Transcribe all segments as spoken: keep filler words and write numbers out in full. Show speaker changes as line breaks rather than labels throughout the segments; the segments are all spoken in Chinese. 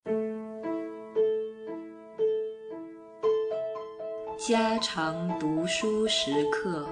家常读书时刻。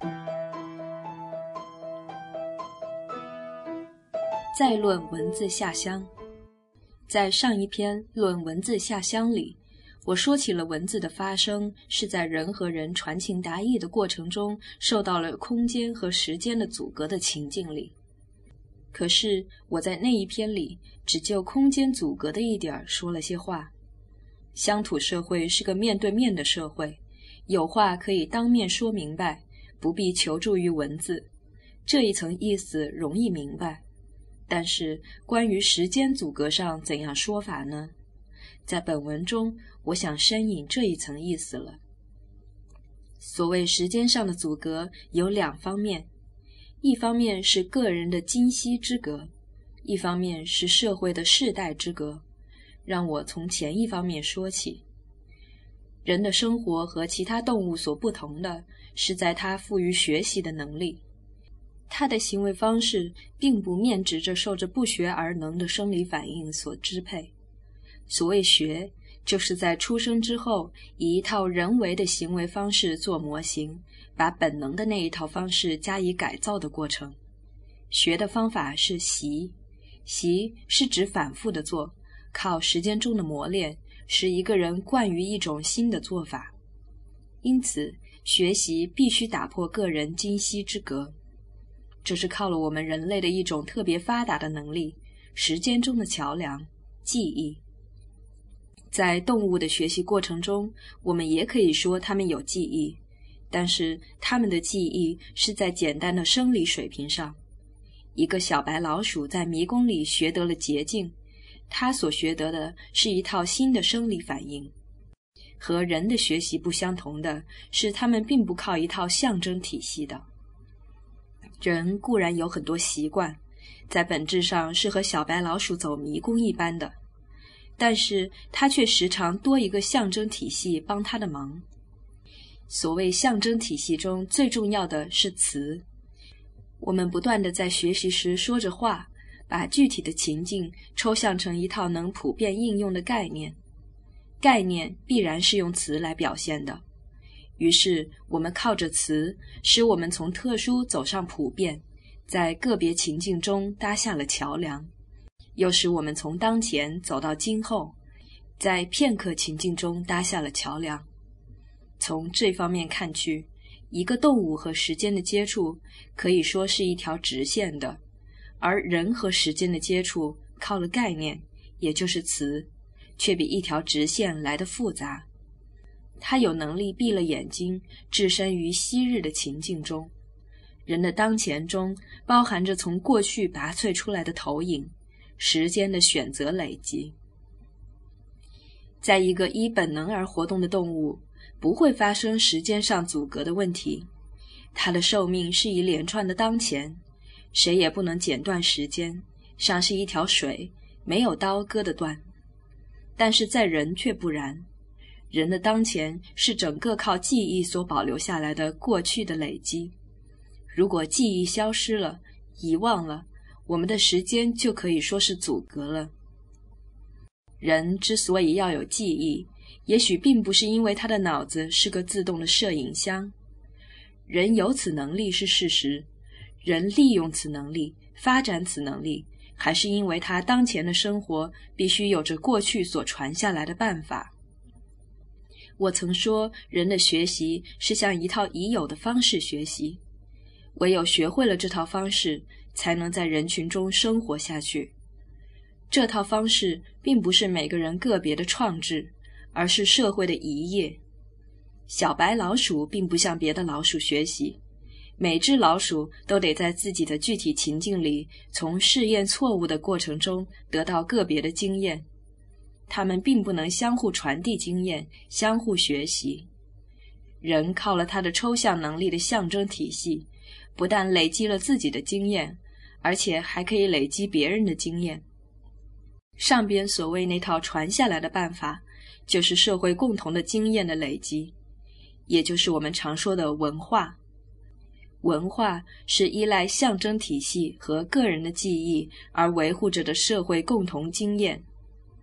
再论文字下乡。在上一篇《论文字下乡》里，我说起了文字的发生是在人和人传情达意的过程中受到了空间和时间的阻隔的情境里。可是我在那一篇里只就空间阻隔的一点说了些话。乡土社会是个面对面的社会，有话可以当面说明白，不必求助于文字，这一层意思容易明白。但是关于时间阻隔上怎样说法呢？在本文中我想深引这一层意思了。所谓时间上的阻隔有两方面，一方面是个人的今昔之隔，一方面是社会的世代之隔。让我从前一方面说起。人的生活和其他动物所不同的是在他赋予学习的能力，他的行为方式并不面直着受着不学而能的生理反应所支配。所谓学，就是在出生之后以一套人为的行为方式做模型，把本能的那一套方式加以改造的过程。学的方法是习，习是指反复的做，靠时间中的磨练，使一个人惯于一种新的做法。因此，学习必须打破个人今昔之隔。这是靠了我们人类的一种特别发达的能力，时间中的桥梁，记忆。在动物的学习过程中，我们也可以说它们有记忆，但是它们的记忆是在简单的生理水平上。一个小白老鼠在迷宫里学得了捷径，它所学得的是一套新的生理反应。和人的学习不相同的是，它们并不靠一套象征体系的。人固然有很多习惯，在本质上是和小白老鼠走迷宫一般的，但是它却时常多一个象征体系帮它的忙。所谓象征体系中最重要的是词。我们不断地在学习时说着话，把具体的情境抽象成一套能普遍应用的概念。概念必然是用词来表现的。于是我们靠着词，使我们从特殊走上普遍，在个别情境中搭下了桥梁，又使我们从当前走到今后，在片刻情境中搭下了桥梁。从这方面看去，一个动物和时间的接触可以说是一条直线的，而人和时间的接触靠了概念，也就是词，却比一条直线来得复杂。他有能力闭了眼睛，置身于昔日的情境中。人的当前中包含着从过去拔萃出来的投影，时间的选择累积。在一个依本能而活动的动物，不会发生时间上阻隔的问题。它的寿命是一连串的当前，谁也不能剪断时间，像是一条水，没有刀割得断。但是在人却不然，人的当前是整个靠记忆所保留下来的过去的累积。如果记忆消失了，遗忘了，我们的时间就可以说是阻隔了。人之所以要有记忆，也许并不是因为他的脑子是个自动的摄影箱。人有此能力是事实，人利用此能力，发展此能力，还是因为他当前的生活必须有着过去所传下来的办法。我曾说，人的学习是向一套已有的方式学习，唯有学会了这套方式，才能在人群中生活下去。这套方式并不是每个人个别的创制，而是社会的遗业。小白老鼠并不向别的老鼠学习，每只老鼠都得在自己的具体情境里，从试验错误的过程中得到个别的经验。它们并不能相互传递经验，相互学习。人靠了他的抽象能力的象征体系，不但累积了自己的经验，而且还可以累积别人的经验。上边所谓那套传下来的办法，就是社会共同的经验的累积，也就是我们常说的文化。文化是依赖象征体系和个人的记忆而维护着的社会共同经验。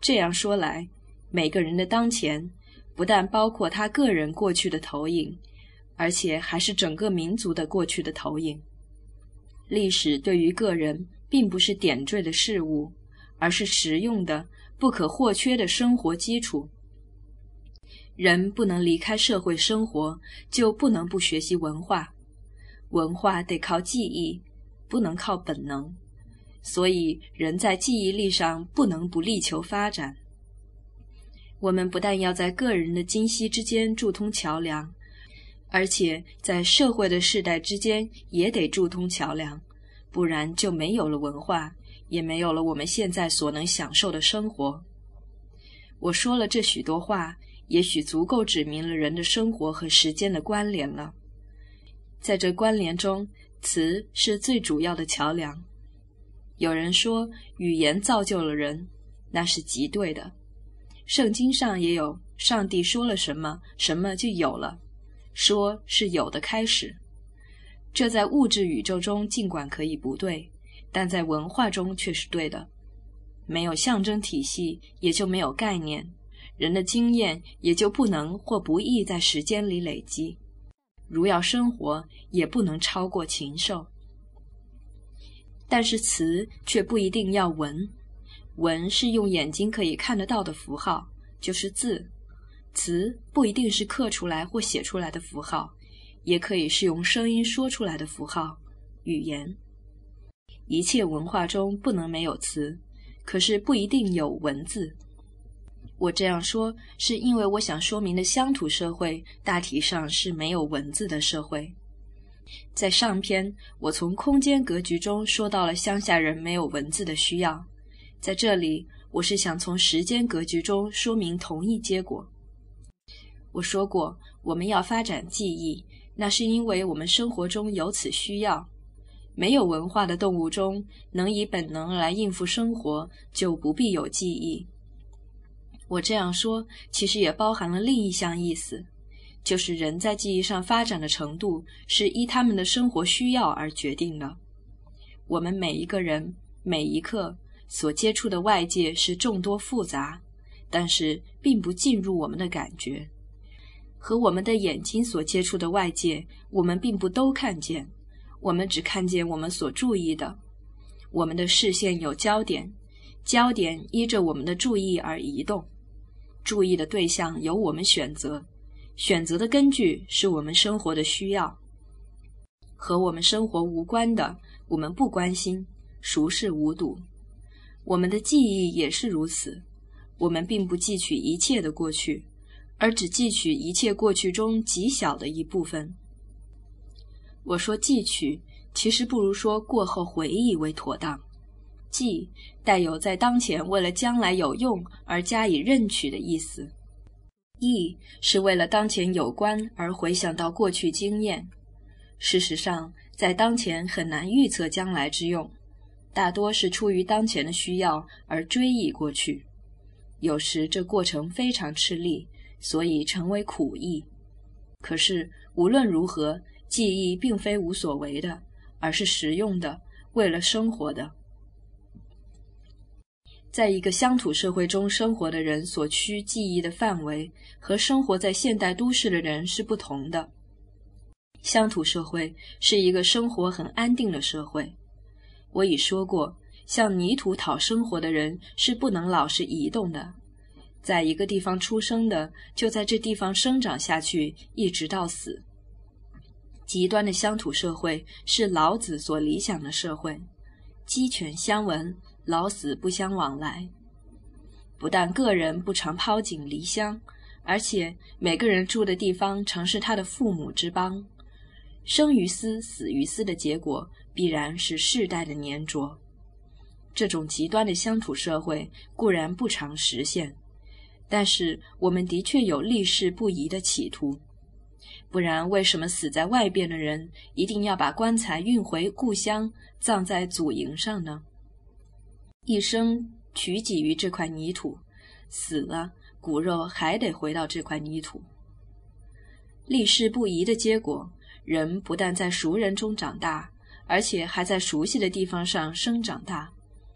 这样说来，每个人的当前不但包括他个人过去的投影，而且还是整个民族的过去的投影。历史对于个人并不是点缀的事物，而是实用的、不可或缺的生活基础。人不能离开社会生活，就不能不学习文化。文化得靠记忆，不能靠本能。所以人在记忆力上不能不力求发展。我们不但要在个人的今昔之间筑通桥梁，而且在社会的世代之间也得筑通桥梁，不然就没有了文化，也没有了我们现在所能享受的生活。我说了这许多话，也许足够指明了人的生活和时间的关联了。在这关联中，词是最主要的桥梁。有人说语言造就了人，那是极对的。圣经上也有上帝说了什么，什么就有了，说是有的开始。这在物质宇宙中尽管可以不对，但在文化中却是对的。没有象征体系，也就没有概念，人的经验也就不能或不易在时间里累积。如要生活，也不能超过禽兽。但是词却不一定要文，文是用眼睛可以看得到的符号，就是字。词不一定是刻出来或写出来的符号，也可以是用声音说出来的符号，语言。一切文化中不能没有词，可是不一定有文字。我这样说，是因为我想说明的乡土社会大体上是没有文字的社会。在上篇，我从空间格局中说到了乡下人没有文字的需要，在这里，我是想从时间格局中说明同一结果。我说过，我们要发展记忆，那是因为我们生活中有此需要。没有文化的动物中，能以本能来应付生活，就不必有记忆。我这样说，其实也包含了另一项意思，就是人在记忆上发展的程度是依他们的生活需要而决定的。我们每一个人每一刻所接触的外界是众多复杂，但是并不进入我们的感觉。和我们的眼睛所接触的外界，我们并不都看见，我们只看见我们所注意的。我们的视线有焦点，焦点依着我们的注意而移动，注意的对象由我们选择，选择的根据是我们生活的需要。和我们生活无关的，我们不关心，熟视无睹。我们的记忆也是如此，我们并不记取一切的过去，而只记取一切过去中极小的一部分。我说记取，其实不如说过后回忆为妥当。记带有在当前为了将来有用而加以认取的意思，忆是为了当前有关而回想到过去经验。事实上，在当前很难预测将来之用，大多是出于当前的需要而追忆过去。有时这过程非常吃力，所以成为苦忆。可是无论如何，记忆并非无所谓的，而是实用的，为了生活的。在一个乡土社会中生活的人所需记忆的范围，和生活在现代都市的人是不同的。乡土社会是一个生活很安定的社会。我已说过，像泥土讨生活的人是不能老是移动的，在一个地方出生的，就在这地方生长下去，一直到死。极端的乡土社会是老子所理想的社会，鸡犬相闻，老死不相往来。不但个人不常抛井离乡，而且每个人住的地方常是他的父母之邦。生于斯，死于斯的结果必然是世代的粘着。这种极端的乡土社会固然不常实现，但是我们的确有立世不移的企图。不然为什么死在外边的人一定要把棺材运回故乡，葬在祖茔上呢？一生取己于这块泥土，死了骨肉还得回到这块泥土。立世不移的结果，人不但在熟人中长大，而且还在熟悉的地方上生长大。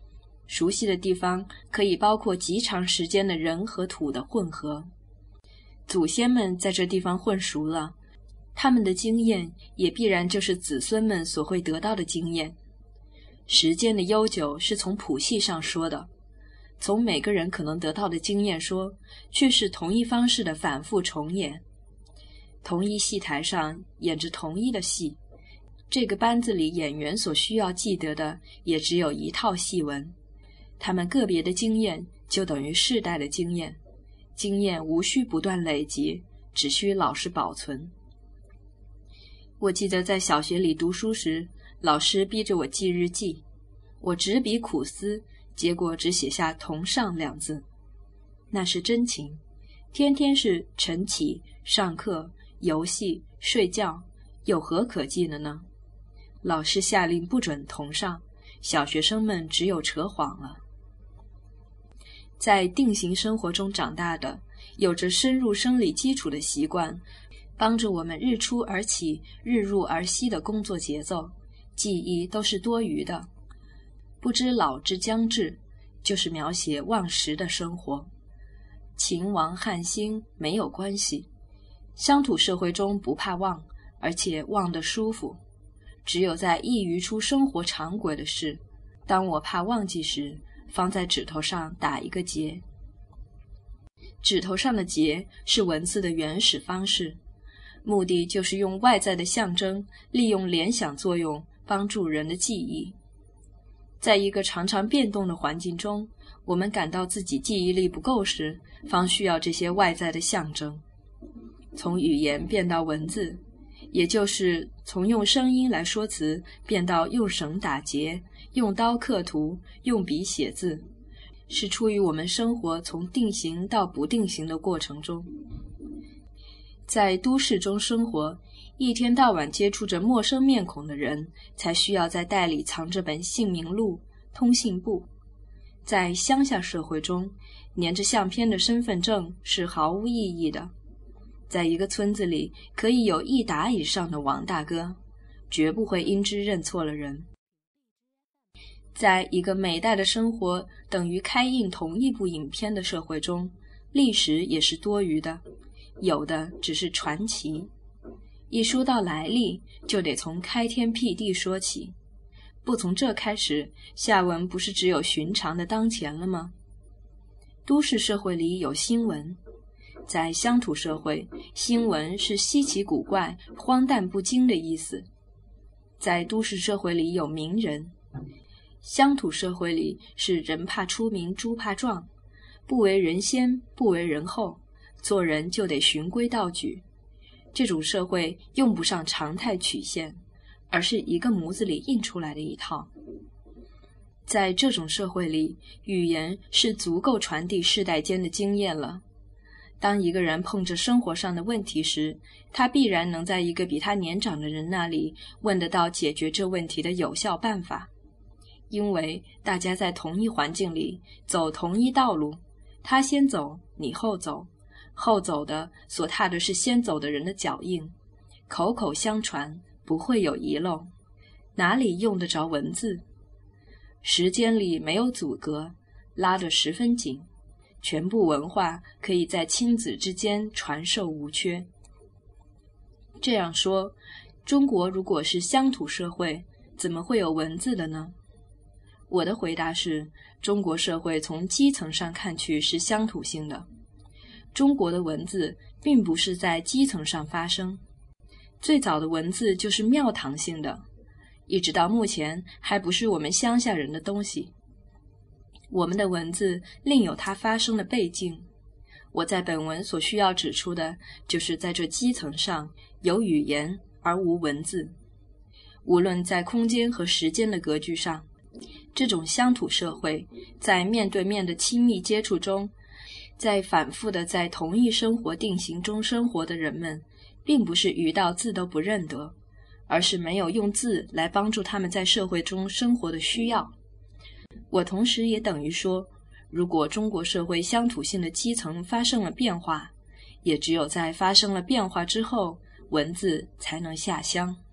熟悉的地方可以包括极长时间的人和土的混合。祖先们在这地方混熟了，他们的经验也必然就是子孙们所会得到的经验。时间的悠久是从谱系上说的，从每个人可能得到的经验说，却是同一方式的反复重演。同一戏台上演着同一的戏，这个班子里演员所需要记得的也只有一套戏文，他们个别的经验就等于世代的经验，经验无需不断累积，只需老实保存。我记得在小学里读书时，老师逼着我记日记，我执笔苦思，结果只写下同上两字。那是真情，天天是晨起、上课、游戏、睡觉，有何可记的呢？老师下令不准同上，小学生们只有扯谎了。在定型生活中长大的，有着深入生理基础的习惯，帮助我们日出而起、日入而息的工作节奏，记忆都是多余的。不知老之将至，就是描写忘时的生活。秦王汉兴没有关系，乡土社会中不怕忘，而且忘得舒服。只有在异于出生活常轨的事，当我怕忘记时，方在指头上打一个结。指头上的结是文字的原始方式，目的就是用外在的象征，利用联想作用帮助人的记忆。在一个常常变动的环境中，我们感到自己记忆力不够时，方需要这些外在的象征。从语言变到文字，也就是从用声音来说词变到用绳打结、用刀刻图、用笔写字，是出于我们生活从定型到不定型的过程中。在都市中生活，一天到晚接触着陌生面孔的人，才需要在袋里藏着本姓名录、通信簿。在乡下社会中，粘着相片的身份证是毫无意义的。在一个村子里，可以有一打以上的王大哥，绝不会因之认错了人。在一个每代的生活等于开映同一部影片的社会中，历史也是多余的，有的只是传奇。一说到来历，就得从开天辟地说起，不从这开始，下文不是只有寻常的当前了吗？都市社会里有新闻，在乡土社会，新闻是稀奇古怪、荒诞不经的意思。在都市社会里有名人，乡土社会里是人怕出名猪怕壮，不为人先，不为人后，做人就得循规蹈矩。这种社会用不上常态曲线，而是一个模子里印出来的一套。在这种社会里，语言是足够传递世代间的经验了。当一个人碰着生活上的问题时，他必然能在一个比他年长的人那里问得到解决这问题的有效办法。因为大家在同一环境里走同一道路，他先走，你后走，后走的所踏的是先走的人的脚印，口口相传，不会有遗漏，哪里用得着文字？时间里没有阻隔，拉得十分紧，全部文化可以在亲子之间传授无缺。这样说，中国如果是乡土社会，怎么会有文字的呢？我的回答是，中国社会从基层上看去是乡土性的。中国的文字并不是在基层上发生，最早的文字就是庙堂性的，一直到目前还不是我们乡下人的东西。我们的文字另有它发生的背景，我在本文所需要指出的，就是在这基层上有语言而无文字。无论在空间和时间的格局上，这种乡土社会在面对面的亲密接触中，在反复的在同一生活定型中生活的人们，并不是一道字都不认得，而是没有用字来帮助他们在社会中生活的需要。我同时也等于说，如果中国社会乡土性的基层发生了变化，也只有在发生了变化之后，文字才能下乡。